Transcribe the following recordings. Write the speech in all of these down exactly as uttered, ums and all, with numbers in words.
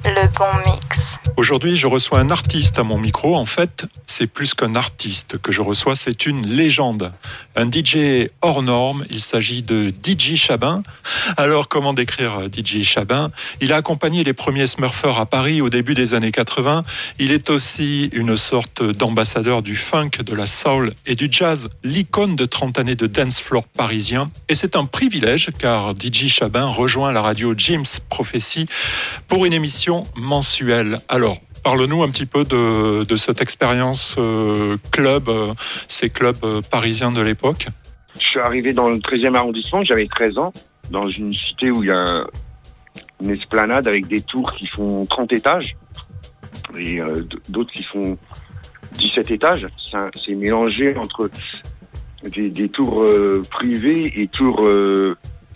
Le bon mix. Aujourd'hui, je reçois un artiste à mon micro. En fait, c'est plus qu'un artiste que je reçois, c'est une légende. Un D J hors norme, il s'agit de D J Chabin. Alors, comment décrire D J Chabin ? Il a accompagné les premiers smurfers à Paris au début des années quatre-vingts. Il est aussi une sorte d'ambassadeur du funk, de la soul et du jazz, l'icône de trente années de dance floor parisien. Et c'est un privilège car D J Chabin rejoint la radio Jim's Prophecy pour une émission mensuelle. Alors, parle-nous un petit peu de, de cette expérience euh, club, euh, ces clubs euh, parisiens de l'époque. Je suis arrivé dans le treizième arrondissement, j'avais treize ans, dans une cité où il y a une esplanade avec des tours qui font trente étages et euh, d'autres qui font dix-sept étages. C'est, un, c'est mélangé entre des, des tours euh, privées et tours euh,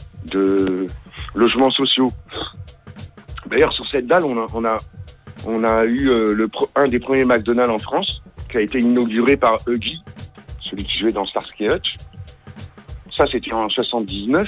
de logements sociaux. D'ailleurs, sur cette dalle, on a, on a, on a eu euh, le, un des premiers McDonald's en France, qui a été inauguré par Huggy, celui qui jouait dans Starsky et Hutch. Ça, c'était en soixante-dix-neuf.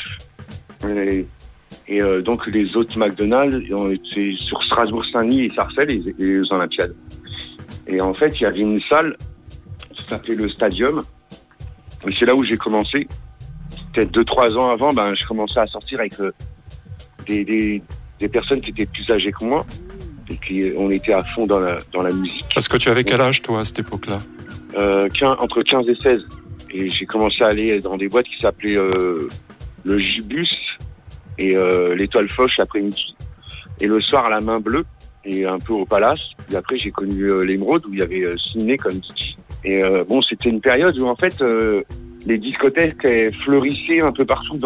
Et, et euh, donc, les autres McDonald's, on était sur Strasbourg-Saint-Denis et Sarcelles, et, et les Olympiades. Et en fait, il y avait une salle qui s'appelait le Stadium. Et c'est là où j'ai commencé. Peut-être deux, trois ans avant, ben, je commençais à sortir avec euh, des... des des personnes qui étaient plus âgées que moi et qui on était à fond dans la dans la musique. Parce que tu avais quel âge toi à cette époque-là ? euh, quinze, Entre quinze et seize. Et j'ai commencé à aller dans des boîtes qui s'appelaient euh, le Gibus et euh, l'Étoile Foch l'après-midi. Et le soir à la Main Bleue et un peu au Palace. Et après j'ai connu euh, l'Émeraude où il y avait euh, Sydney comme D J. Et euh, bon, c'était une période où en fait euh, les discothèques elles fleurissaient un peu partout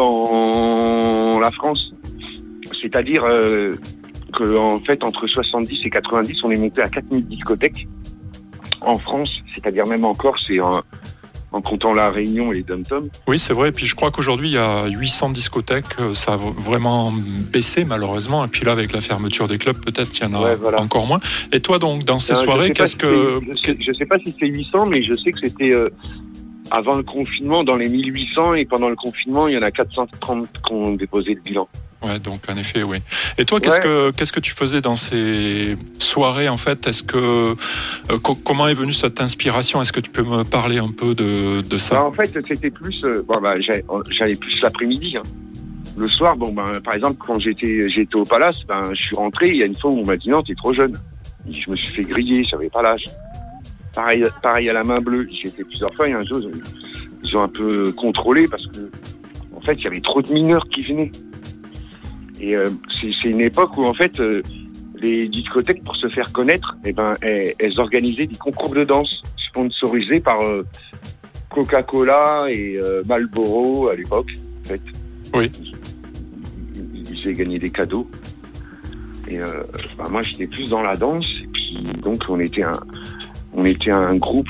dans la France. C'est-à-dire euh, qu'en fait, entre soixante-dix et quatre-vingt-dix, on est monté à quatre mille discothèques en France, c'est-à-dire même encore, c'est en, en comptant la Réunion et les dom-toms. Oui, c'est vrai. Et puis je crois qu'aujourd'hui, il y a huit cents discothèques. Ça a vraiment baissé, malheureusement. Et puis là, avec la fermeture des clubs, peut-être qu'il y en a ouais, voilà. encore moins. Et toi, donc, dans ces euh, soirées, qu'est-ce si que... Je ne sais pas si c'est huit cents, mais je sais que c'était... Euh, avant le confinement, dans les mille huit cents, et pendant le confinement, il y en a quatre cent trente qui ont déposé le bilan. Ouais, donc en effet, oui. Et toi, qu'est-ce ouais. que qu'est-ce que tu faisais dans ces soirées en fait ? Est-ce que euh, co- comment est venue cette inspiration ? Est-ce que tu peux me parler un peu de de ça ? Bah, en fait, c'était plus euh, bon bah j'allais, j'allais plus l'après-midi. Hein. Le soir, bon ben bah, par exemple quand j'étais j'étais au Palace, ben je suis rentré. Il y a une fois où on m'a dit non, t'es trop jeune. Je me suis fait griller, j'avais pas l'âge. Pareil, pareil à la Main Bleue. J'y étais plusieurs fois. Et un jour, ils ont un peu contrôlé parce que en fait, il y avait trop de mineurs qui venaient. Et euh, c'est, c'est une époque où en fait euh, les discothèques pour se faire connaître, eh ben elles, elles organisaient des concours de danse sponsorisés par euh, Coca-Cola et euh, Marlboro à l'époque. En fait, oui. Ils, ils, ils faisaient gagner des cadeaux. Et euh, bah, moi j'étais plus dans la danse. Et puis donc on était un, on était un groupe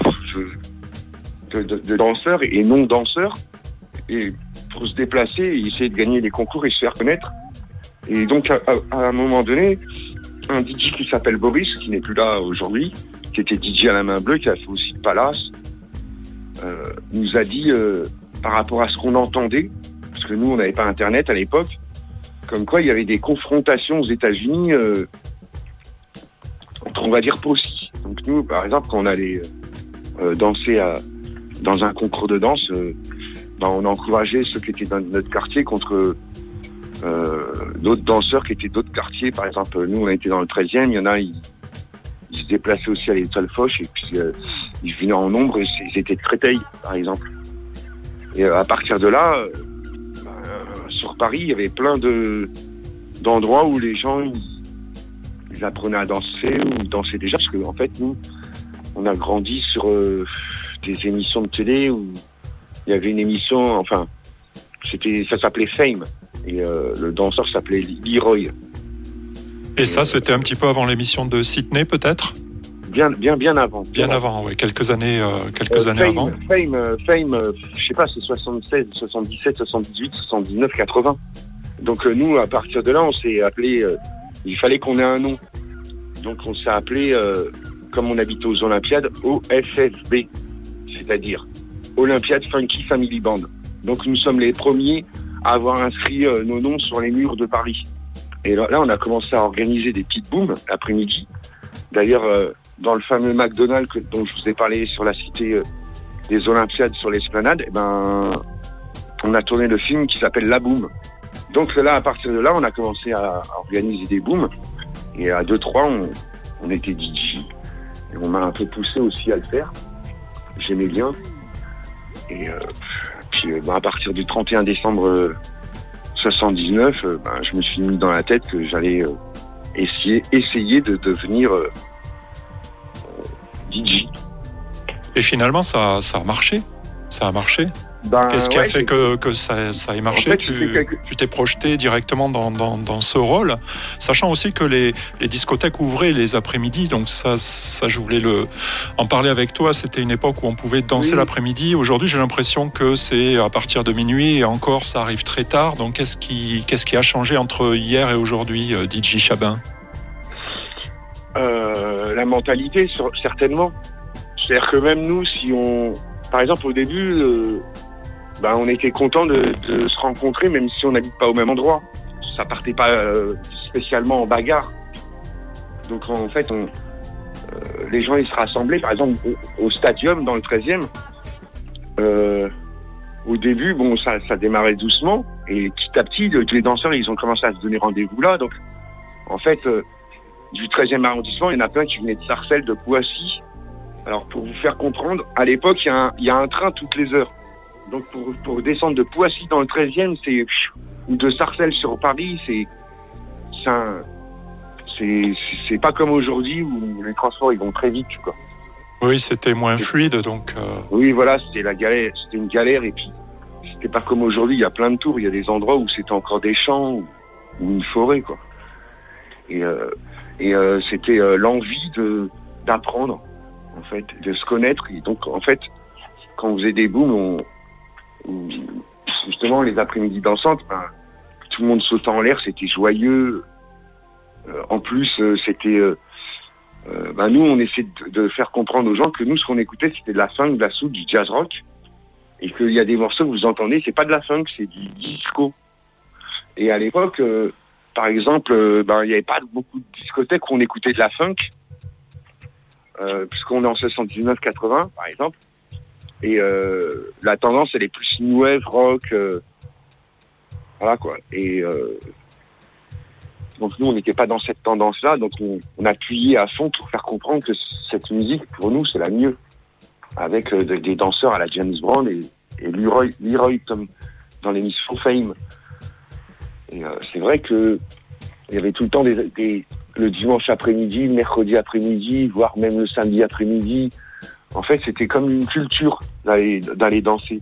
de, de, de danseurs et non danseurs. Et pour se déplacer, et essayer de gagner des concours et se faire connaître. Et donc, à, à un moment donné, un D J qui s'appelle Boris, qui n'est plus là aujourd'hui, qui était D J à la Main Bleue, qui a fait aussi le Palace, euh, nous a dit, euh, par rapport à ce qu'on entendait, parce que nous, on n'avait pas Internet à l'époque, comme quoi il y avait des confrontations aux États-Unis euh, entre, on va dire, possi. Donc nous, par exemple, quand on allait euh, danser à, dans un concours de danse, euh, ben, on encourageait ceux qui étaient dans notre quartier contre... Euh, d'autres danseurs qui étaient d'autres quartiers. Par exemple, nous on a été dans le treizième, il y en a ils, ils se déplaçaient aussi à l'Étoile Foch et puis euh, ils venaient en nombre et ils étaient de Créteil par exemple. Et euh, à partir de là euh, euh, sur Paris il y avait plein de d'endroits où les gens ils, ils apprenaient à danser ou dansaient déjà parce que en fait nous on a grandi sur euh, des émissions de télé où il y avait une émission, enfin c'était ça s'appelait Fame. Et euh, le danseur s'appelait Leroy. Et, et ça, euh, c'était un petit peu avant l'émission de Sydney, peut-être ? Bien, bien, bien avant. Bien, bien avant, oui. Quelques années, euh, quelques euh, années Fame, avant. Fame, euh, Fame, euh, je sais pas, c'est soixante-seize, soixante-dix-sept, soixante-dix-huit, soixante-dix-neuf, quatre-vingts. Donc euh, nous, à partir de là, on s'est appelé. Euh, il fallait qu'on ait un nom. Donc on s'est appelé, euh, comme on habitait aux Olympiades, O F F B, c'est-à-dire Olympiade Funky Family Band. Donc nous sommes les premiers à avoir inscrit euh, nos noms sur les murs de Paris. Et là, on a commencé à organiser des petites booms l'après-midi. D'ailleurs, euh, dans le fameux McDonald's que, dont je vous ai parlé sur la cité euh, des Olympiades sur l'Esplanade, eh ben, on a tourné le film qui s'appelle La Boom. Donc là, à partir de là, on a commencé à, à organiser des booms. Et à deux trois, on, on était D J. Et on m'a un peu poussé aussi à le faire. J'aimais bien. Et euh, puis euh, ben, à partir du trente et un décembre euh, soixante-dix-neuf, euh, ben, je me suis mis dans la tête que j'allais euh, essayer, essayer de devenir euh, D J. Et finalement, ça, ça a marché. Ça a marché. Ben, Qu'est-ce qui ouais, a fait que, que ça, ça ait marché? En fait, tu, quelque... tu t'es projeté directement dans, dans, dans ce rôle, sachant aussi que les, les discothèques ouvraient les après-midi. Donc ça, ça, je voulais le, en parler avec toi. C'était une époque où on pouvait danser oui. l'après-midi. Aujourd'hui, j'ai l'impression que c'est à partir de minuit et encore, ça arrive très tard. Donc qu'est-ce qui, qu'est-ce qui a changé entre hier et aujourd'hui, D J Chabin? euh, La mentalité, certainement. C'est-à-dire que même nous, si on... Par exemple, au début... Euh... Ben, on était content de, de se rencontrer, même si on n'habite pas au même endroit. Ça partait pas euh, spécialement en bagarre. Donc en fait, on, euh, les gens ils se rassemblaient, par exemple au, au Stadium dans le treizième. Euh, au début, bon, ça, ça démarrait doucement, et petit à petit, le, les danseurs ils ont commencé à se donner rendez-vous là. Donc en fait, euh, du treizième arrondissement, il y en a plein qui venaient de Sarcelles, de Poissy. Alors pour vous faire comprendre, à l'époque, il y a un, il y a un train toutes les heures. Donc pour, pour descendre de Poissy dans le treizième, c'est ou de Sarcelles sur Paris, c'est c'est, un, c'est c'est pas comme aujourd'hui où les transports ils vont très vite, quoi. Oui, c'était moins fluide, donc. Euh... Oui, voilà, c'était la galère, c'était une galère, et puis c'était pas comme aujourd'hui. Il y a plein de tours, il y a des endroits où c'était encore des champs ou, ou une forêt, quoi. Et euh, et euh, c'était euh, l'envie de d'apprendre, en fait, de se connaître. Et donc en fait, quand on faisait des booms, on justement les après-midi dansantes, ben, tout le monde sautait en l'air, c'était joyeux. Euh, en plus, euh, c'était, euh, euh, ben, nous on essaie de, de faire comprendre aux gens que nous ce qu'on écoutait c'était de la funk, de la soul, du jazz rock, et qu'il y a des morceaux que vous entendez, c'est pas de la funk, c'est du disco. Et à l'époque, euh, par exemple, euh, ben il n'y avait pas beaucoup de discothèques où on écoutait de la funk, euh, puisqu'on est en soixante-dix-neuf quatre-vingts par exemple. Et euh, la tendance, elle est plus new wave, rock, euh, voilà quoi. Et euh, donc nous, on n'était pas dans cette tendance-là, donc on, on appuyait à fond pour faire comprendre que cette musique, pour nous, c'est la mieux, avec euh, des danseurs à la James Brown et, et Leroy, Leroy comme dans l'émission Fame. Et euh, c'est vrai que il y avait tout le temps des, des le dimanche après-midi, le mercredi après-midi, voire même le samedi après-midi. En fait, c'était comme une culture d'aller, d'aller danser.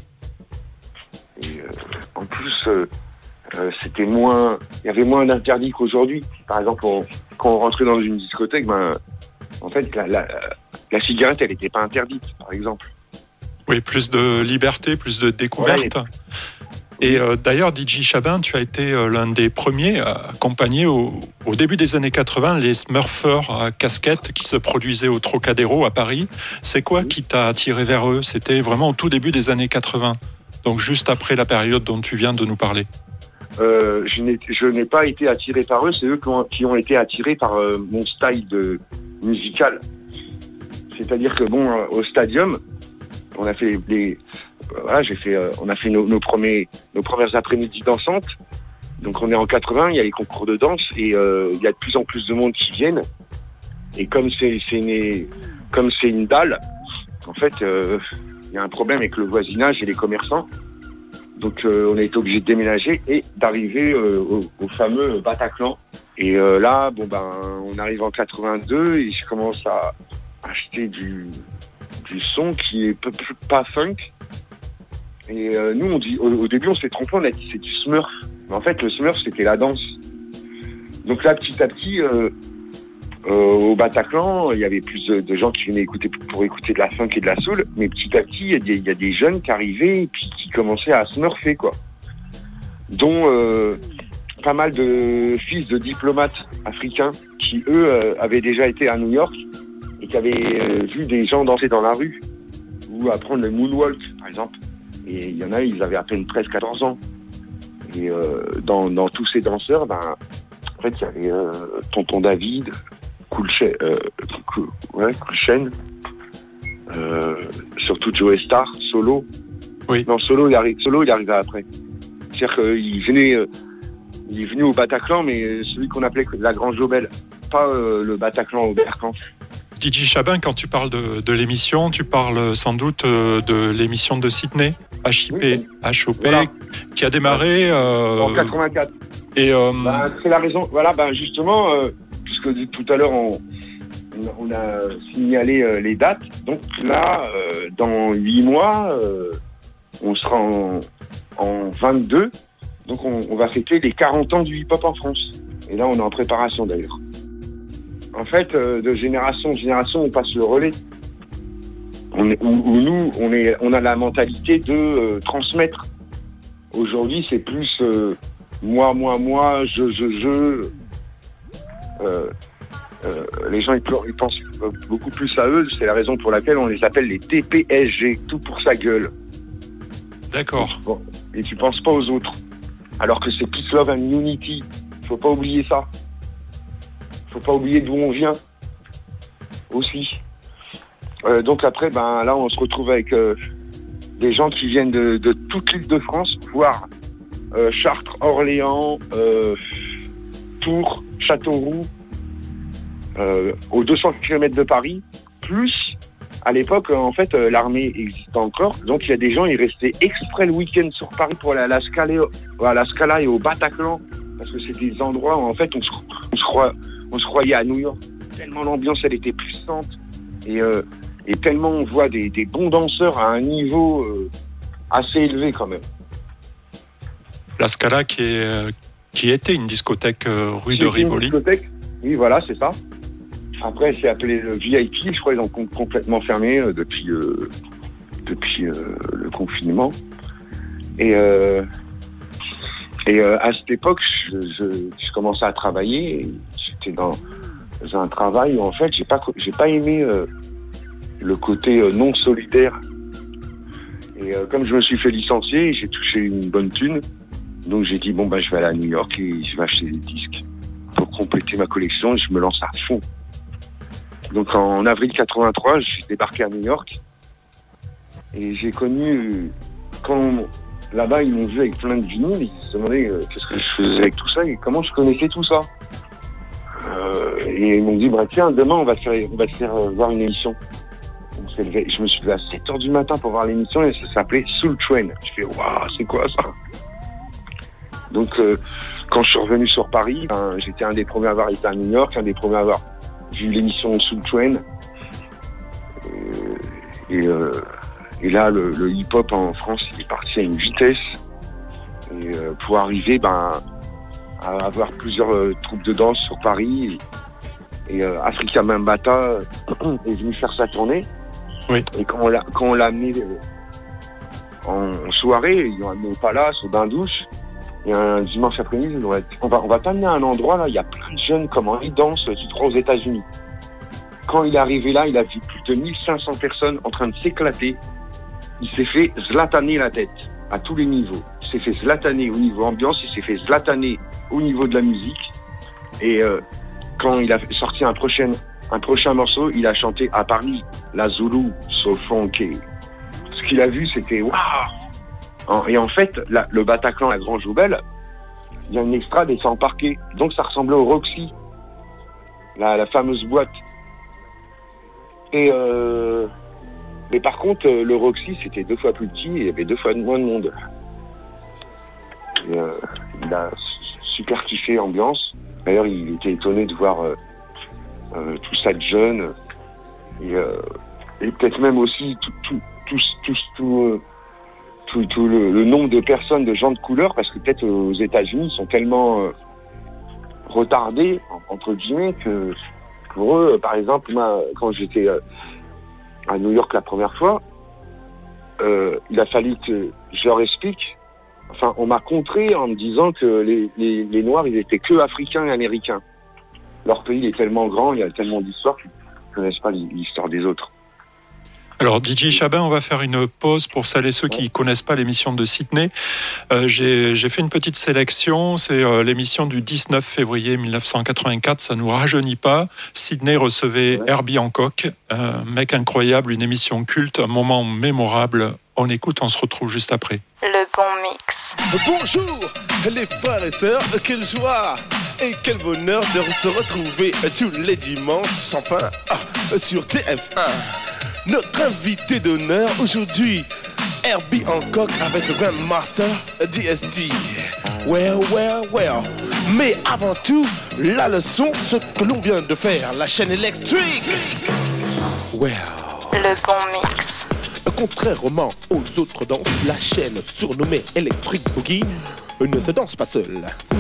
Et euh, en plus, euh, euh, c'était moins, il y avait moins d'interdits qu'aujourd'hui. Par exemple, on, quand on rentrait dans une discothèque, ben, en fait, la, la, la cigarette, elle n'était pas interdite, par exemple. Oui, plus de liberté, plus de découverte. Ouais, et euh, d'ailleurs, D J Chabin, tu as été euh, l'un des premiers à accompagner au, au début des années quatre-vingts les Smurfers à casquette qui se produisaient au Trocadéro à Paris. C'est quoi qui t'a attiré vers eux? C'était vraiment au tout début des années quatre-vingts, donc juste après la période dont tu viens de nous parler. Euh, je, n'ai, je n'ai pas été attiré par eux, c'est eux qui ont, qui ont été attirés par euh, mon style de musical. C'est-à-dire que bon, euh, au Stadium, on a fait les... Voilà, j'ai fait, euh, on a fait nos, nos, premiers, nos premières après-midi dansantes. Donc on est en quatre-vingts, il y a les concours de danse et euh, il y a de plus en plus de monde qui viennent. Et comme c'est, c'est, une, comme c'est une dalle, en fait, euh, il y a un problème avec le voisinage et les commerçants. Donc euh, on a été obligé de déménager et d'arriver euh, au, au fameux Bataclan. Et euh, là, bon ben, on arrive en quatre-vingt-deux et je commence à acheter du, du son qui est p- p- pas funk. Et euh, nous, on dit, au, au début, on s'est trompé, on a dit c'est du Smurf. Mais en fait, le Smurf, c'était la danse. Donc là, petit à petit, euh, euh, au Bataclan, il y avait plus de, de gens qui venaient écouter pour, pour écouter de la funk et de la soul. Mais petit à petit, il y a des, il y a des jeunes qui arrivaient et puis qui commençaient à smurfer, quoi. Dont euh, pas mal de fils de diplomates africains qui, eux, euh, avaient déjà été à New York et qui avaient euh, vu des gens danser dans la rue ou apprendre le moonwalk, par exemple. Et il y en a, ils avaient à peine treize quatorze ans. Et euh, dans, dans tous ces danseurs, ben, En fait, il y avait euh, Tonton David, Coolchen, euh, ouais, Coolchen, euh, surtout Joe Star, Solo. Oui. Non, Solo, il arrive, Solo, il arrivait après. C'est-à-dire qu'il venait, euh, il est venu au Bataclan, mais celui qu'on appelait la Grange Jaubel, pas euh, le Bataclan au Bercan. D J Chabin, quand tu parles de, de l'émission, tu parles sans doute euh, de l'émission de Sydney, H I P, oui. H O P, Voilà. qui a démarré euh, en quatre-vingt-quatre. Et euh, ben, c'est la raison. Voilà, ben justement, euh, puisque tout à l'heure on, on a signalé euh, les dates. Donc là, euh, dans huit mois, euh, on sera en, en vingt-deux. Donc on, on va fêter les quarante ans du hip-hop en France. Et là, on est en préparation d'ailleurs. En fait, euh, de génération en génération, on passe le relais. On est, où, où nous, on, est, on a la mentalité de euh, transmettre. Aujourd'hui, c'est plus euh, moi, moi, moi, je, je, je. Euh, euh, les gens, ils, ils pensent beaucoup plus à eux. C'est la raison pour laquelle on les appelle les T P S G, tout pour sa gueule. D'accord. Bon. Et tu penses pas aux autres. Alors que c'est Peace, Love and Unity. Faut pas oublier ça. Faut pas oublier d'où on vient. Aussi. Euh, donc après, ben là, on se retrouve avec euh, des gens qui viennent de, de toute l'île de France, voire euh, Chartres, Orléans, euh, Tours, Châteauroux, euh, aux deux cents kilomètres de Paris, plus à l'époque, en fait, euh, l'armée existe encore. Donc il y a des gens, ils restaient exprès le week-end sur Paris pour aller à la Scala, à la Scala et au Bataclan, parce que c'est des endroits où en fait on se, on se, croit, on se croyait à New York. Tellement l'ambiance, elle était puissante. Et, euh, et tellement on voit des, des bons danseurs à un niveau euh, assez élevé quand même. La Scala qui, est, euh, qui était une discothèque euh, rue de Rivoli. Une discothèque, oui, voilà, c'est ça. Après, c'est appelé le V I P. Je crois qu'ils ont complètement fermé euh, depuis, euh, depuis euh, le confinement. Et, euh, et euh, à cette époque, je, je, je commençais à travailler. Et j'étais dans un travail où en fait, j'ai pas, j'ai pas aimé euh, le côté euh, non solidaire. Et euh, comme je me suis fait licencier, j'ai touché une bonne thune. Donc j'ai dit bon bah je vais aller à New York et je vais acheter des disques pour compléter ma collection et je me lance à fond. Donc en avril quatre-vingt-trois, je suis débarqué à New York et j'ai connu quand là-bas ils m'ont vu avec plein de vinyles, ils se demandaient euh, qu'est-ce que je faisais avec tout ça et comment je connaissais tout ça. Euh, et ils m'ont dit bah tiens demain on va te faire on va te faire euh, voir une émission. On s'est levé, je me suis levé à sept heures du matin pour voir l'émission et ça s'appelait Soul Train. Je fais waouh c'est quoi ça? Donc euh, quand je suis revenu sur Paris, ben, j'étais un des premiers à avoir été à New York, un des premiers à avoir vu l'émission Soul Train. Et, et, euh, et là, le, le hip-hop en France, il est parti à une vitesse. Et euh, pour arriver ben, à avoir plusieurs euh, troupes de danse sur Paris. Et, et euh, Africa Bambaataa est venu faire sa tournée. Oui. Et quand on l'a, quand on l'a amené euh, en soirée, ils l'ont amené au Palace, au bain-douche. Et un dimanche après-midi, on va, on va, on va t'amener à un endroit, là, il y a plein de jeunes, comment ils dansent, tu te crois aux États-Unis. Quand il est arrivé là, il a vu plus de mille cinq cents personnes en train de s'éclater. Il s'est fait zlataner la tête, à tous les niveaux. Il s'est fait zlataner au niveau ambiance, il s'est fait zlataner au niveau de la musique. Et euh, quand il a sorti un prochain, un prochain morceau, il a chanté à Paris, la Zulu, So Funky. Ce qu'il a vu, c'était waouh! Et en fait, la, le Bataclan, la Grange Jaubel, il y a une extra des sans parquet. Donc ça ressemblait au Roxy, la, la fameuse boîte. Et euh, mais par contre, le Roxy, c'était deux fois plus petit et il y avait deux fois moins de monde. Et, euh, il a super kiffé l'ambiance. D'ailleurs, il était étonné de voir euh, euh, tout ça de jeunes. Et, euh, et peut-être même aussi tout, tout, tout, tout, tout euh, Tout, tout le, le nombre de personnes, de gens de couleur, parce que peut-être aux États-Unis ils sont tellement euh, retardés entre guillemets que pour eux, par exemple, moi, quand j'étais euh, à New York la première fois, euh, il a fallu que je leur explique. Enfin, on m'a contré en me disant que les, les, les Noirs, ils étaient que africains et américains. Leur pays est tellement grand, il y a tellement d'histoires qu'ils ne connaissent pas l'histoire des autres. Alors D J Chabin, on va faire une pause pour celles et ceux qui ne connaissent pas l'émission de Sydney. Euh, j'ai, j'ai fait une petite sélection, c'est euh, l'émission du dix-neuf février mille neuf cent quatre-vingt-quatre, ça ne nous rajeunit pas. Sydney recevait ouais. Herbie Hancock, un mec incroyable, une émission culte, un moment mémorable. On écoute, on se retrouve juste après. Le bon mix. Bonjour les frères et sœurs, quelle joie et quel bonheur de se retrouver tous les dimanches, enfin, sur T F un. Notre invité d'honneur aujourd'hui, Herbie Hancock avec le Grandmaster D S T. Well, well, well. Mais avant tout, la leçon, ce que l'on vient de faire, la chaîne électrique. Well. Le bon mix. Contrairement aux autres danses, la chaîne surnommée Electric Boogie ne se danse pas seule.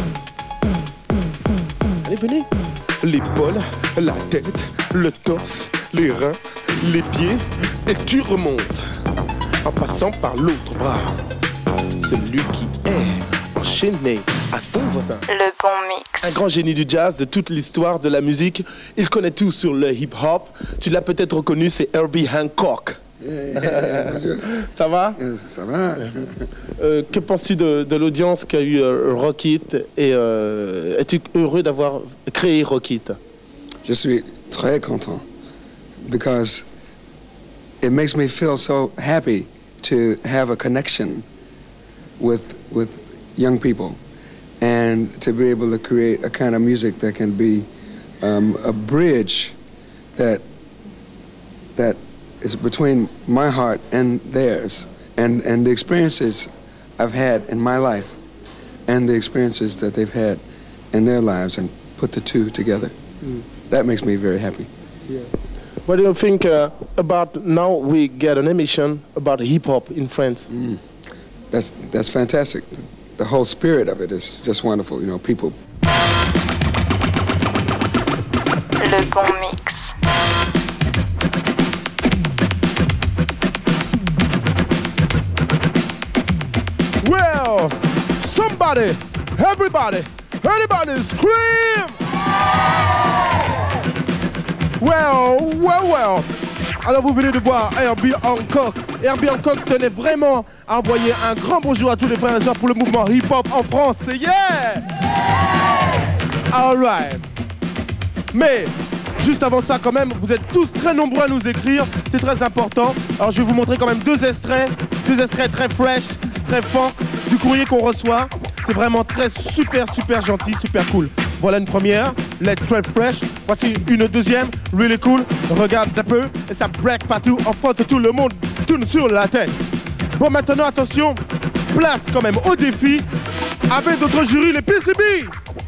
Allez, venez. L'épaule, la tête, le torse, les reins, les pieds, et tu remontes en passant par l'autre bras. Celui qui est enchaîné à ton voisin. Le bon mix. Un grand génie du jazz de toute l'histoire de la musique. Il connaît tout sur le hip-hop. Tu l'as peut-être reconnu, c'est Herbie Hancock. Yeah, yeah, yeah, ça va? Yeah, ça va. Euh, que penses-tu de, de l'audience qu'a eu euh, Rock It et euh, es-tu heureux d'avoir créé Rock It? Je suis très content because it makes me feel so happy to have a connection with with young people and to be able to create a kind of music that can be um, a bridge that that is between my heart and theirs, and, and the experiences I've had in my life and the experiences that they've had in their lives, and put the two together. Mm. That makes me very happy. Yeah. What do you think uh, about now we get an emission about hip-hop in France? Mm. That's, that's fantastic. The whole spirit of it is just wonderful, you know, people. Le bon mix. Well, somebody, everybody, everybody scream! Well, well, well. Alors vous venez de voir Herbie Hancock. Herbie Hancock tenait vraiment à envoyer un grand bonjour à tous les frères et sœurs pour le mouvement hip-hop en France. C'est yeah! All right. Mais juste avant ça quand même, vous êtes tous très nombreux à nous écrire. C'est très important. Alors je vais vous montrer quand même deux extraits. Deux extraits très fresh, très funk du courrier qu'on reçoit. C'est vraiment très super super gentil, super cool. Voilà une première, let's très fresh. Voici une deuxième, really cool. Regarde un peu et ça break partout. En France, tout le monde tourne sur la tête. Bon, maintenant attention, place quand même au défi avec d'autres jurys, les P C B.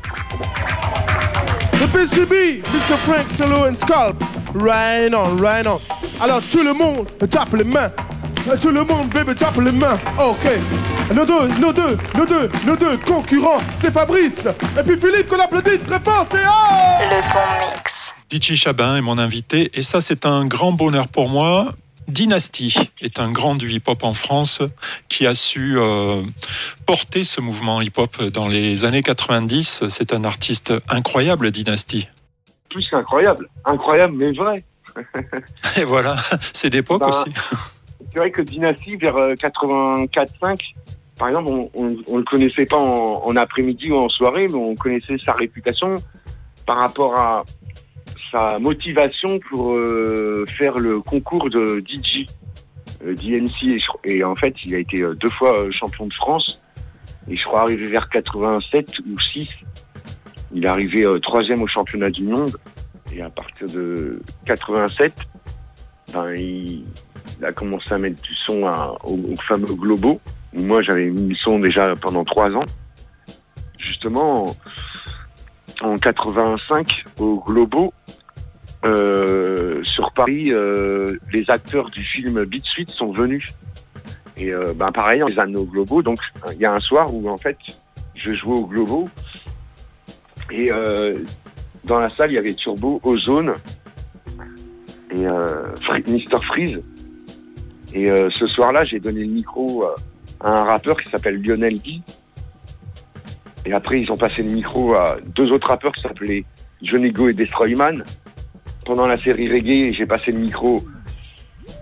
Le P C B, mister Frank Solo and Scalp. Right on, right on. Alors tout le monde tape les mains. Tout le monde, baby, tape les mains. Ok. Nos deux, nos deux, nos deux, nos deux concurrents, c'est Fabrice. Et puis Philippe qu'on applaudit très fort, c'est oh! Le bon mix. D J Chabin est mon invité et ça c'est un grand bonheur pour moi. Dynasty est un grand du hip-hop en France qui a su euh, porter ce mouvement hip-hop dans les années quatre-vingt-dix. C'est un artiste incroyable, Dynasty. Plus incroyable, incroyable mais vrai. Et voilà, c'est d'époque ben, aussi. C'est vrai que Dynasty, vers quatre-vingt-quatre cinq, par exemple, on, on, on le connaissait pas en, en après-midi ou en soirée, mais on connaissait sa réputation par rapport à sa motivation pour euh, faire le concours de D J, euh, D N C. Et, et en fait, il a été deux fois champion de France. Et je crois arrivé vers quatre-vingt-sept ou six, il est arrivé euh, troisième au championnat du monde. Et à partir de quatre-vingt-sept, ben, il, il a commencé à mettre du son à, au, au fameux Globo. Moi, j'avais mis le son déjà pendant trois ans. Justement, en, en quatre-vingt-cinq, au Globo, euh, sur Paris, euh, les acteurs du film Beat Suite sont venus. Et euh, ben pareil, on les a amenés au Globo. Donc, il y a un soir où, en fait, je jouais au Globo. Et euh, dans la salle, il y avait Turbo, Ozone et euh, mister Freeze. Et euh, ce soir-là, j'ai donné le micro euh, à un rappeur qui s'appelle Lionel D. Et après, ils ont passé le micro à deux autres rappeurs qui s'appelaient Johnny Go et Destroyman. Pendant la série Reggae, j'ai passé le micro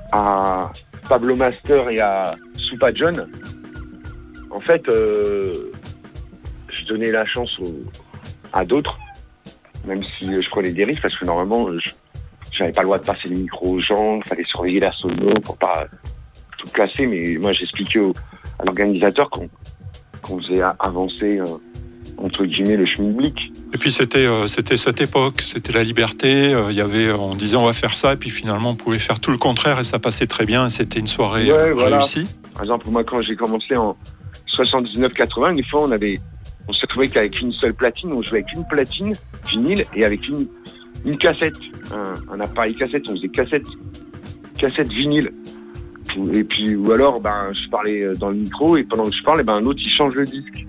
à Pablo Master et à Supa John, en fait, euh, je donnais la chance aux, à d'autres, même si je prenais des risques, parce que normalement, je j'avais pas le droit de passer le micro aux gens, il fallait surveiller la sono pour pas tout casser, mais moi j'expliquais au, à l'organisateur qu'on, qu'on faisait avancer, euh, entre guillemets, le schmilblick. Et puis c'était euh, c'était cette époque, c'était la liberté. Il euh, y avait, on disait on va faire ça, et puis finalement on pouvait faire tout le contraire et ça passait très bien. Et c'était une soirée ouais, euh, voilà. réussie. Par exemple, moi quand j'ai commencé en soixante-dix-neuf quatre-vingts, une fois on avait, on s'est retrouvé qu'avec une seule platine, on jouait avec une platine vinyle et avec une une cassette, un, un appareil cassette. On faisait cassette cassette vinyle. Et puis ou alors ben je parlais dans le micro et pendant que je parle, ben un autre il change le disque.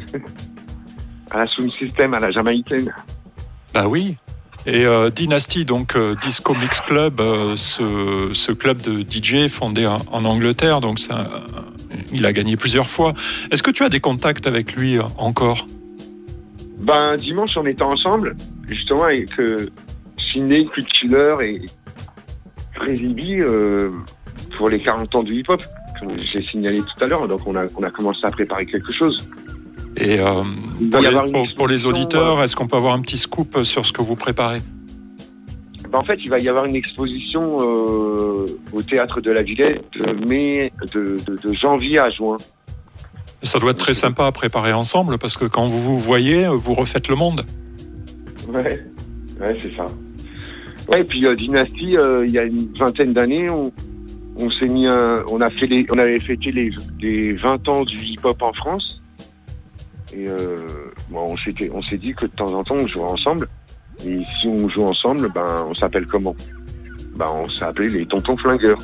À la Sound System, à la jamaïcaine. Bah oui. Et euh, Dynasty, donc euh, Disco Mix Club, euh, ce, ce club de D J fondé en, en Angleterre, donc ça, euh, il a gagné plusieurs fois. Est-ce que tu as des contacts avec lui euh, encore ? Ben dimanche on était ensemble, justement avec euh, Ciné, Quick Killer et Crazy B euh, pour les quarante ans du hip-hop, comme j'ai signalé tout à l'heure. Donc on a on a commencé à préparer quelque chose. Et euh, pour, les, pour, pour les auditeurs, est-ce qu'on peut avoir un petit scoop sur ce que vous préparez ? Ben en fait, il va y avoir une exposition euh, au Théâtre de la Villette de, mai, de, de, de janvier à juin. Ça doit être très sympa à préparer ensemble, parce que quand vous vous voyez, vous refaites le monde. Ouais, ouais c'est ça. Ouais, et puis euh, Dynasty, euh, il y a une vingtaine d'années, on, on s'est mis un, on a fait les, on avait fêté les, les vingt ans du hip-hop en France. Et euh, bon, on s'était, on s'est dit que de temps en temps on jouera ensemble. Et si on joue ensemble, ben on s'appelle comment ? Ben on s'est appelé les Tontons Flingueurs.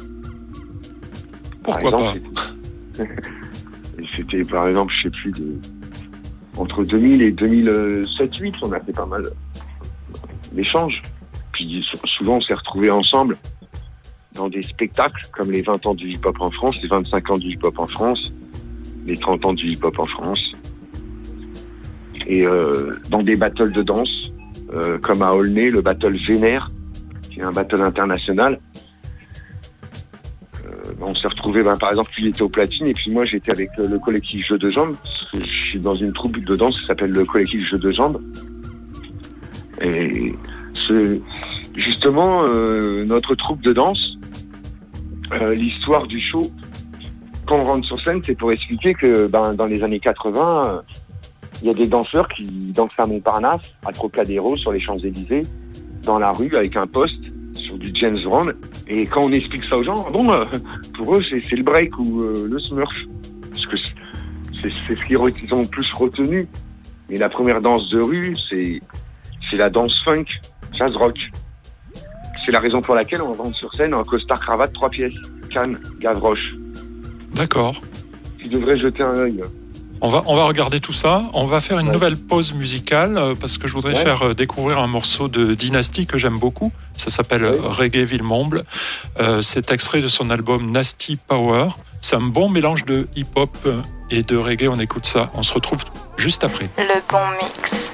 Pourquoi par exemple, pas c'était... Et c'était par exemple, je sais plus, de... entre deux mille et deux mille sept huit, on a fait pas mal d'échanges. Puis souvent on s'est retrouvés ensemble dans des spectacles comme les vingt ans du hip-hop en France, les vingt-cinq ans du hip-hop en France, les trente ans du hip-hop en France. Et euh, dans des battles de danse, euh, comme à Aulnay, le battle Vénère, qui est un battle international. Euh, on s'est retrouvés, ben, par exemple, lui était au platine, et puis moi j'étais avec le, le collectif Jeux de Jambes. Je suis dans une troupe de danse qui s'appelle le collectif Jeux de Jambes. Et ce, justement, euh, notre troupe de danse, euh, l'histoire du show, quand on rentre sur scène, c'est pour expliquer que ben, dans les années quatre-vingts, euh, il y a des danseurs qui dansent à Montparnasse, à Trocadéro, sur les Champs-Élysées, dans la rue, avec un poste, sur du James Brown. Et quand on explique ça aux gens, bon, euh, pour eux, c'est, c'est le break ou euh, le smurf. Parce que c'est, c'est, c'est ce qu'ils ont le plus retenu. Mais la première danse de rue, c'est, c'est la danse funk, jazz rock. C'est la raison pour laquelle on rentre sur scène en costard cravate, trois pièces, Cannes, Gavroche. D'accord. Tu devrais jeter un œil. On va, on va regarder tout ça. On va faire une ouais. nouvelle pause musicale euh, parce que je voudrais ouais. faire euh, découvrir un morceau de Dynasty que j'aime beaucoup. Ça s'appelle ouais. Reggae Villemomble. Euh, c'est extrait de son album Nasty Power. C'est un bon mélange de hip-hop et de reggae. On écoute ça. On se retrouve juste après. Le bon mix.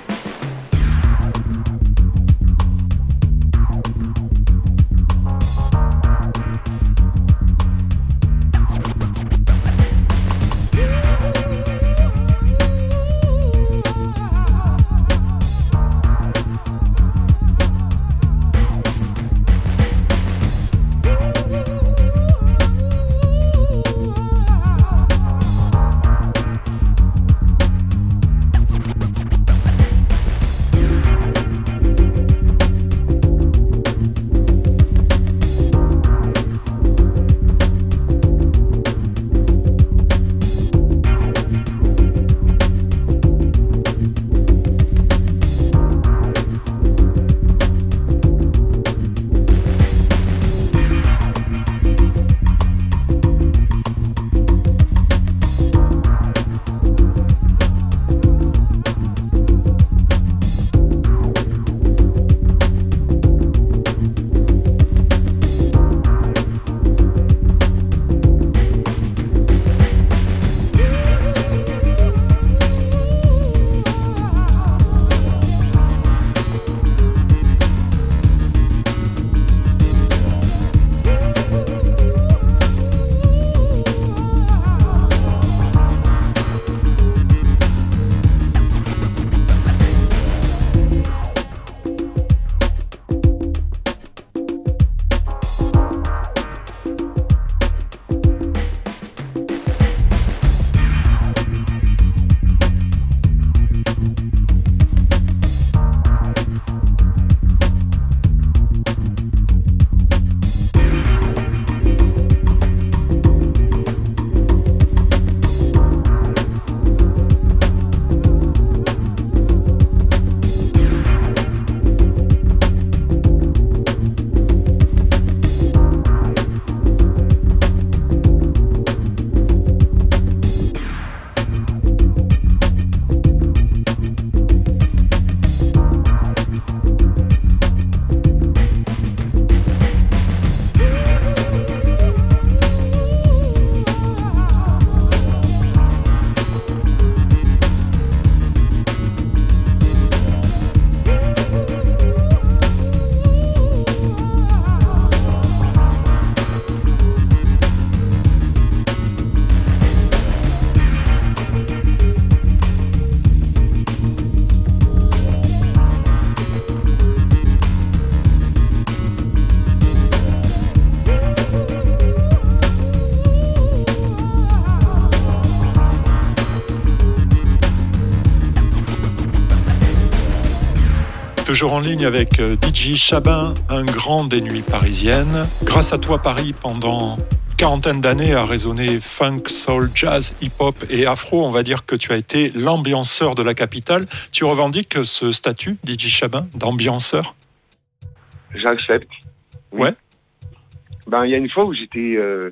Toujours en ligne avec D J Chabin, un grand des nuits parisiennes. Grâce à toi, Paris, pendant une quarantaine d'années, a résonné funk, soul, jazz, hip-hop et afro. On va dire que tu as été l'ambianceur de la capitale. Tu revendiques ce statut, D J Chabin, d'ambianceur? J'accepte. Oui. Ouais. Ben, il y a une fois où j'étais... Euh,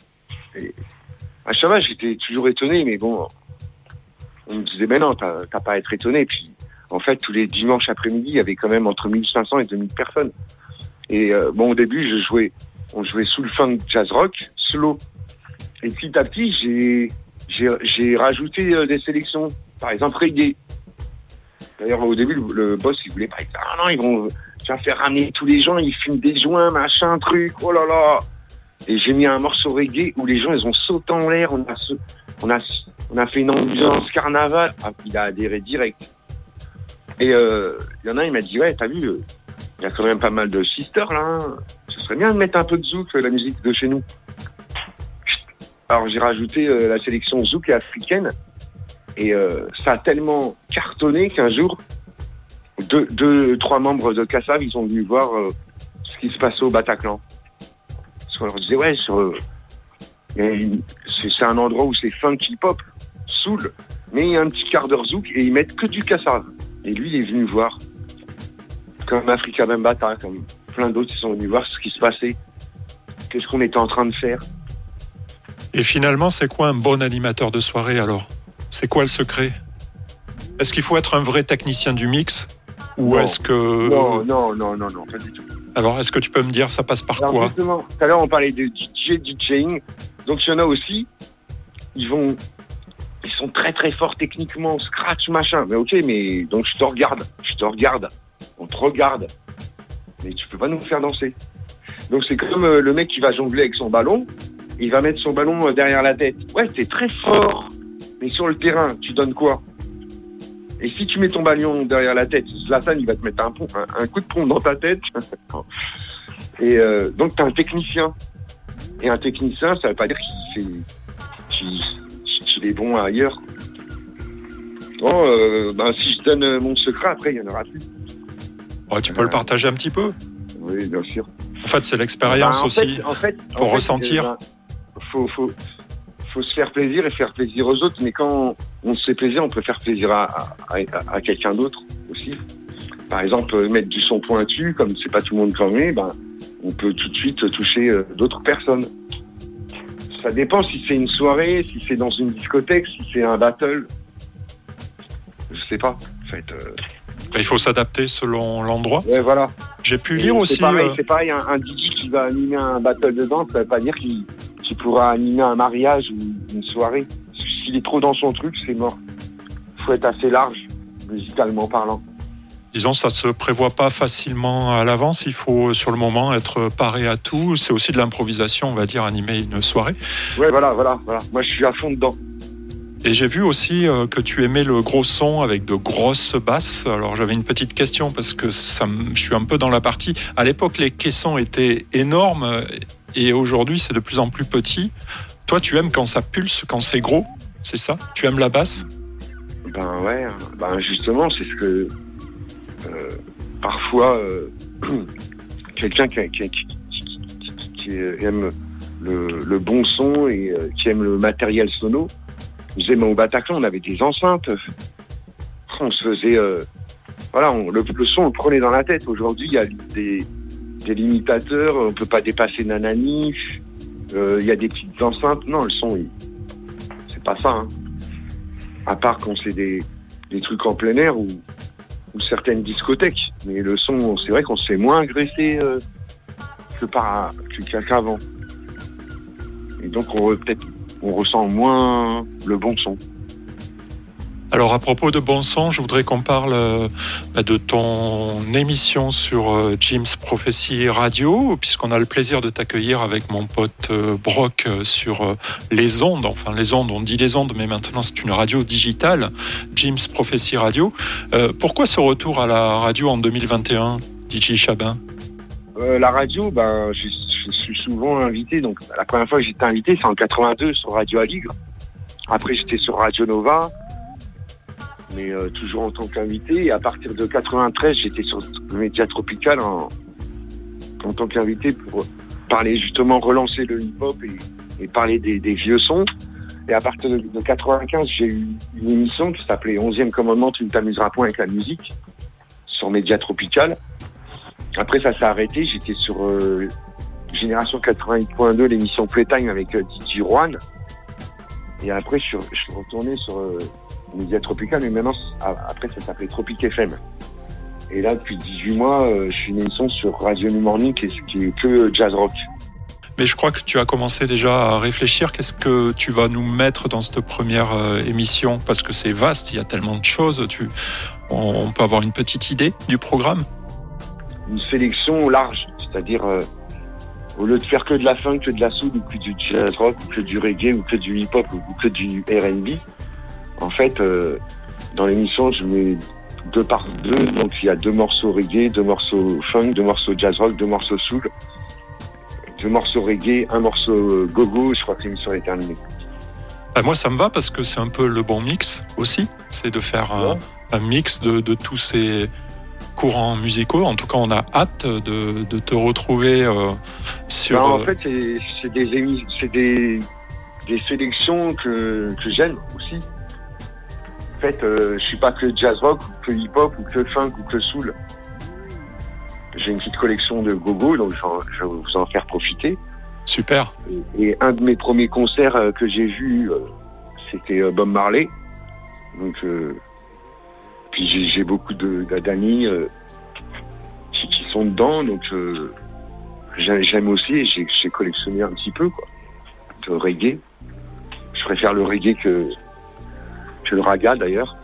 à Chabat, j'étais toujours étonné, mais bon, on me disait, mais non, t'as, t'as pas à être étonné. Puis, en fait, tous les dimanches après-midi, il y avait quand même entre mille cinq cents et deux mille personnes. Et euh, bon, au début, je jouais, on jouait sous le funk jazz rock, slow. Et petit à petit, j'ai, j'ai, j'ai rajouté euh, des sélections. Par exemple, reggae. D'ailleurs, au début, le, le boss, il voulait pas. Ah non, ils vont, tu vas faire ramener tous les gens, ils fument des joints, machin, truc. Oh là là. Et j'ai mis un morceau reggae où les gens, ils ont sauté en l'air. On a, on a, on a fait une ambiance carnaval. Ah, il a adhéré direct. Et il euh, y en a, il m'a dit, ouais, t'as vu, il euh, y a quand même pas mal de sisters là. Hein. Ce serait bien de mettre un peu de zouk, la musique de chez nous. Alors j'ai rajouté euh, la sélection zouk et africaine. Et euh, ça a tellement cartonné qu'un jour, deux, deux, trois membres de Kassav, ils sont venus voir euh, ce qui se passait au Bataclan. Parce qu'on leur disait, ouais, sur, euh, une, c'est, c'est un endroit où c'est funk hip-hop, soul, mais il y a un petit quart d'heure zouk et ils mettent que du Kassav. Et lui, il est venu voir, comme Afrika Bambaataa, comme plein d'autres, ils sont venus voir ce qui se passait, qu'est-ce qu'on était en train de faire. Et finalement, c'est quoi un bon animateur de soirée alors? C'est quoi le secret? Est-ce qu'il faut être un vrai technicien du mix? Ou non. est-ce que... Non, non, non, non, non, pas du tout. Alors, est-ce que tu peux me dire, ça passe par Alors, quoi? Justement, tout à l'heure, on parlait de D J, DJing. Donc, il y en a aussi, ils vont... Ils sont très très forts techniquement, scratch, machin. Mais ok, mais donc je te regarde, je te regarde, on te regarde. Mais tu peux pas nous faire danser. Donc c'est comme euh, le mec qui va jongler avec son ballon, il va mettre son ballon euh, derrière la tête. Ouais, t'es très fort, mais sur le terrain, tu donnes quoi? Et si tu mets ton ballon derrière la tête, Zlatan, il va te mettre un, pont, un, un coup de pompe dans ta tête. Et euh, donc t'es un technicien. Et un technicien, ça veut pas dire qu'il fait... Qu'il, il est bon ailleurs. Bon, euh, ben, si je donne mon secret, après, il y en aura plus. Ouais, tu peux euh, le partager un petit peu? Oui, bien sûr. En fait, c'est l'expérience ben, en aussi, fait, en fait, pour en fait, ressentir. Ben, faut, faut, faut se faire plaisir et faire plaisir aux autres, mais quand on se fait plaisir, on peut faire plaisir à, à, à, à quelqu'un d'autre aussi. Par exemple, mettre du son pointu, comme c'est pas tout le monde qui en met, ben, on peut tout de suite toucher euh, d'autres personnes. Ça dépend si c'est une soirée, si c'est dans une discothèque, si c'est un battle. Je sais pas, en fait. Euh... Il faut s'adapter selon l'endroit. Ouais, voilà. J'ai pu Et lire c'est aussi... Pareil, euh... C'est pareil, un, un D J qui va animer un battle de danse, ça veut pas dire qu'il, qu'il pourra animer un mariage ou une soirée. S'il est trop dans son truc, c'est mort. Il faut être assez large, musicalement parlant. Disons, ça se prévoit pas facilement à l'avance. Il faut, sur le moment, être paré à tout. C'est aussi de l'improvisation, on va dire, animer une soirée. Ouais, voilà, voilà, voilà. Moi, je suis à fond dedans. Et j'ai vu aussi euh, que tu aimais le gros son avec de grosses basses. Alors, j'avais une petite question parce que ça, je suis un peu dans la partie. À l'époque, les caissons étaient énormes et aujourd'hui, c'est de plus en plus petit. Toi, tu aimes quand ça pulse, quand c'est gros, c'est ça? Tu aimes la basse? Ben ouais, ben justement, c'est ce que... Euh, parfois, euh, quelqu'un qui, qui, qui, qui, qui aime le, le bon son et euh, qui aime le matériel sono, nous disait, mais au Bataclan, on avait des enceintes. On se faisait... Euh, voilà, on, le, le son, on le prenait dans la tête. Aujourd'hui, il y a des, des limitateurs, on peut pas dépasser Nanani, il euh, y a des petites enceintes. Non, le son, il, c'est pas ça. Hein. À part quand c'est des, des trucs en plein air ou... ou certaines discothèques, mais le son, c'est vrai qu'on se fait moins agresser euh, que par que qu'avant. Et donc on peut-être on ressent moins le bon son. Alors à propos de bon son, je voudrais qu'on parle euh, de ton émission sur euh, Jim's Prophecy Radio, puisqu'on a le plaisir de t'accueillir avec mon pote euh, Brock euh, sur euh, les ondes, enfin les ondes, on dit les ondes, mais maintenant c'est une radio digitale, Jim's Prophecy Radio. Euh, pourquoi ce retour à la radio en deux mille vingt et un, D J Chabin? euh, La radio, ben, je, je suis souvent invité, donc la première fois que j'étais invité, c'est en quatre-vingt-deux sur Radio Aligre. Après j'étais sur Radio Nova. mais euh, toujours en tant qu'invité. Et à partir de quatre-vingt-treize, j'étais sur le Média Tropical en, en tant qu'invité pour parler justement, relancer le hip-hop et, et parler des, des vieux sons. Et à partir de, de quatre-vingt-quinze, j'ai eu une émission qui s'appelait onzième commandement, tu ne t'amuseras point avec la musique, sur Média Tropical. Après, ça s'est arrêté. J'étais sur euh, Génération quatre-vingt-huit point deux, l'émission Playtime avec euh, D J Juan. Et après, je suis, je suis retourné sur euh, Média Tropical, mais maintenant, après, ça s'appelait Tropic F M. Et là, depuis dix-huit mois, euh, je suis une émission sur Radio New Morning qui est, qui est que jazz rock. Mais je crois que tu as commencé déjà à réfléchir. Qu'est-ce que tu vas nous mettre dans cette première euh, émission ? Parce que c'est vaste, il y a tellement de choses. Tu... On, on peut avoir une petite idée du programme ? Une sélection large, c'est-à-dire euh, au lieu de faire que de la funk, que de la soul, ou que du jazz rock, ou que du reggae, ou que du hip-hop, ou que du R and B. En fait, euh, dans l'émission, je mets deux par deux. Donc il y a deux morceaux reggae, deux morceaux funk, deux morceaux jazz rock, deux morceaux soul, deux morceaux reggae, un morceau go-go. Je crois que l'émission est terminée. Ben moi, ça me va parce que c'est un peu le bon mix aussi. C'est de faire un, un mix de, de tous ces courants musicaux. En tout cas, on a hâte de, de te retrouver euh, sur... Ben, en fait, c'est, c'est, des, émis- c'est des, des sélections que, que j'aime aussi. En fait, euh, je suis pas que jazz rock, ou que hip-hop, ou que funk, ou que soul. J'ai une petite collection de go-go, donc je vais vous en faire profiter. Super. Et, et un de mes premiers concerts euh, que j'ai vu, euh, c'était euh, Bob Marley. Donc, euh, puis j'ai, j'ai beaucoup de, d'amis euh, qui, qui sont dedans, donc euh, j'aime aussi et j'ai, j'ai collectionné un petit peu, quoi, de reggae. Je préfère le reggae que, que le raga, d'ailleurs.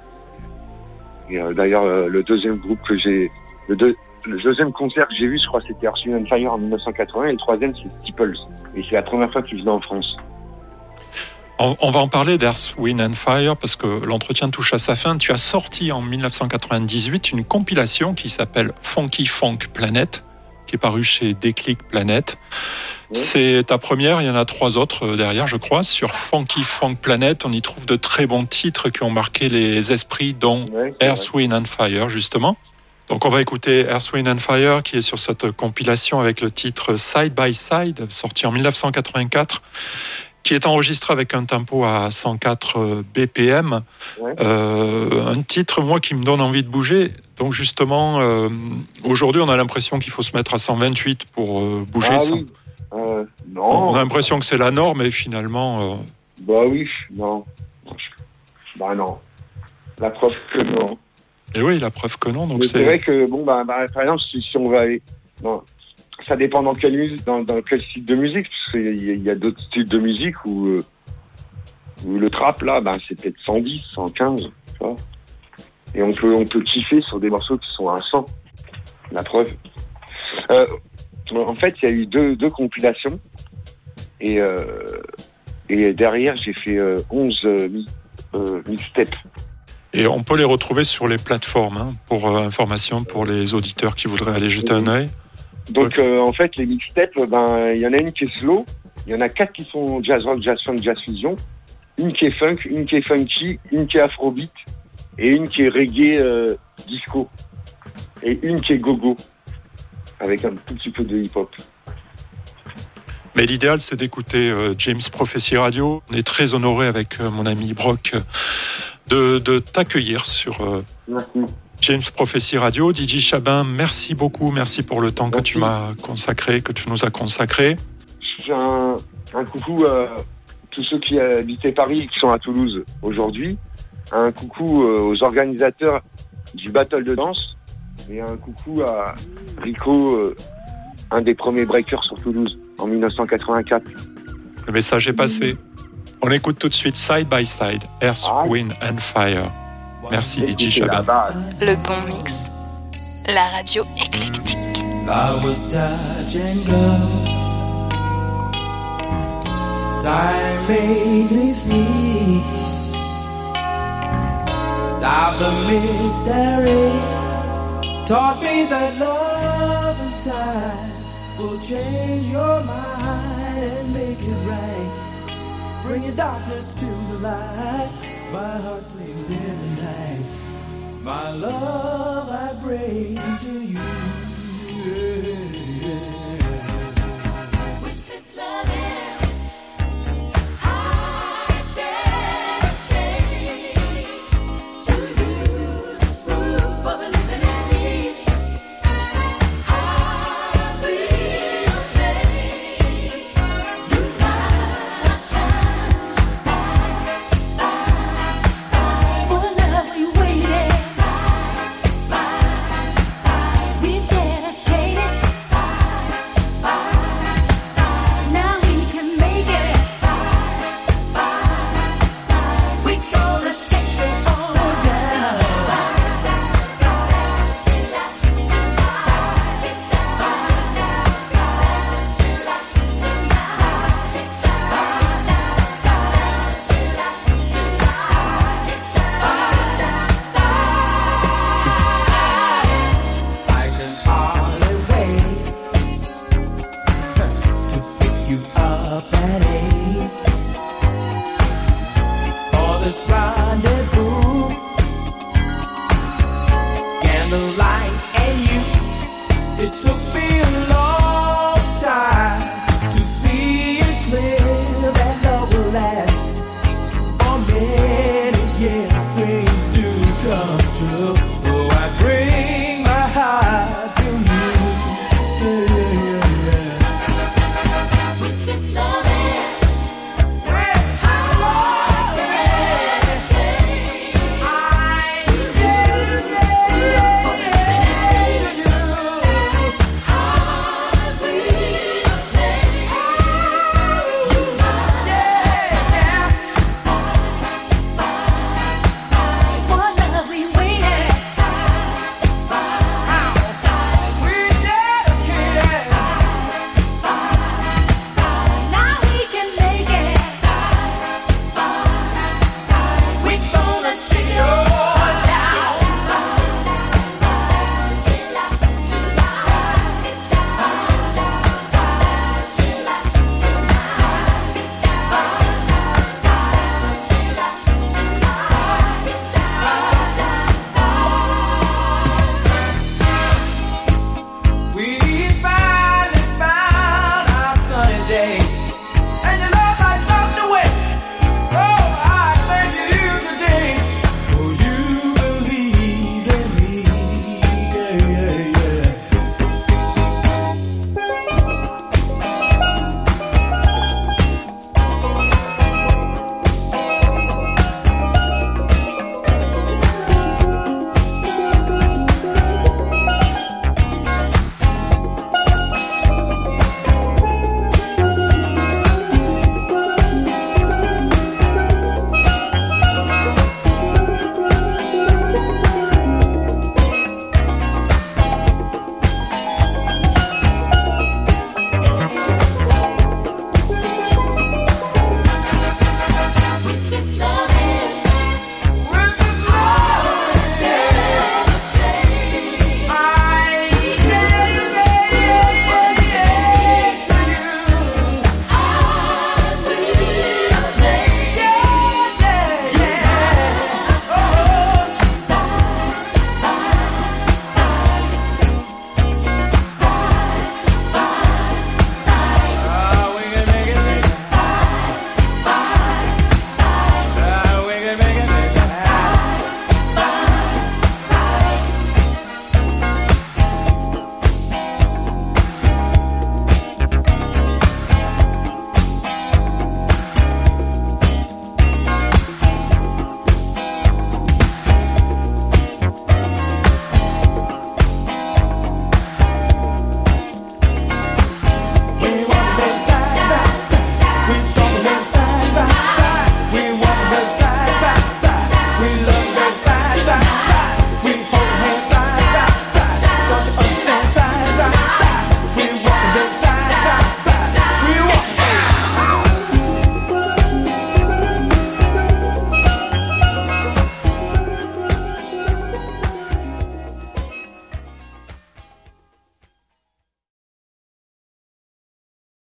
Et euh, d'ailleurs, euh, le deuxième groupe que j'ai... Le, deux, le deuxième concert que j'ai vu, je crois, c'était Earth, Wind and Fire en dix-neuf cent quatre-vingts, et le troisième, c'est Steeples. Et c'est la première fois qu'ils venaient en France. On, on va en parler d'Earth, Wind and Fire parce que l'entretien touche à sa fin. Tu as sorti en dix-neuf cent quatre-vingt-dix-huit une compilation qui s'appelle Funky Funk Planet, qui est parue chez Déclic Planet. Oui. C'est ta première, il y en a trois autres derrière, je crois. Sur Funky Funk Planet, on y trouve de très bons titres qui ont marqué les esprits, dont oui, Earth, vrai. Wind and Fire, justement. Donc on va écouter Earth, Wind and Fire qui est sur cette compilation avec le titre Side by Side, sorti en dix-neuf cent quatre-vingt-quatre, qui est enregistré avec un tempo à cent quatre B P M. Ouais. Euh, un titre, moi, qui me donne envie de bouger. Donc justement, euh, aujourd'hui, on a l'impression qu'il faut se mettre à cent vingt-huit pour euh, bouger. Ah sans... oui. Euh, non. On a l'impression que c'est la norme, et finalement... Euh... Bah oui, non. Bah non. La preuve que non. Et oui, la preuve que non. Donc Mais c'est... c'est vrai que, bon, bah, bah, par exemple, si, si on va aller... Non. Ça dépend dans quelle, musique, dans, dans quel style de musique, parce qu'il y, a, il y a d'autres styles de musique où, euh, où le trap, là, bah, c'est peut-être cent dix, cent quinze, tu vois. Et on peut, on peut kiffer sur des morceaux qui sont à cent. La preuve. Euh, en fait, il y a eu deux, deux compilations. Et, euh, et derrière, j'ai fait euh, onze euh, mixtapes. Et on peut les retrouver sur les plateformes, hein, pour euh, information pour les auditeurs qui voudraient aller jeter un œil. Donc, euh, en fait, les mixtapes, ben, il y en a une qui est slow, il y en a quatre qui sont jazz rock, jazz funk, jazz fusion, une qui est funk, une qui est funky, une qui est afrobeat, et une qui est reggae euh, disco, et une qui est go-go, avec un tout petit peu de hip-hop. Mais l'idéal, c'est d'écouter euh, James Prophecy Radio. On est très honoré avec euh, mon ami Brock euh, de, de t'accueillir sur... Euh, Merci. James Prophecy Radio. D J Chabin, merci beaucoup, merci pour le temps merci. que tu m'as consacré, que tu nous as consacré. Je fais un, un coucou à tous ceux qui habitaient Paris et qui sont à Toulouse aujourd'hui. Un coucou aux organisateurs du battle de danse. Et un coucou à Rico, un des premiers breakers sur Toulouse, en dix-neuf cent quatre-vingt-quatre. Le message est passé. On écoute tout de suite Side by Side, Earth, ah. Wind and Fire. Merci D J Chabin. Le bon mix, la radio éclectique. I was touch and go. Time made me see. Solve the mystery. Taught me that love and time will change your mind and make it right. Bring your darkness to the light. my heart sings in the night. My love I bring to you.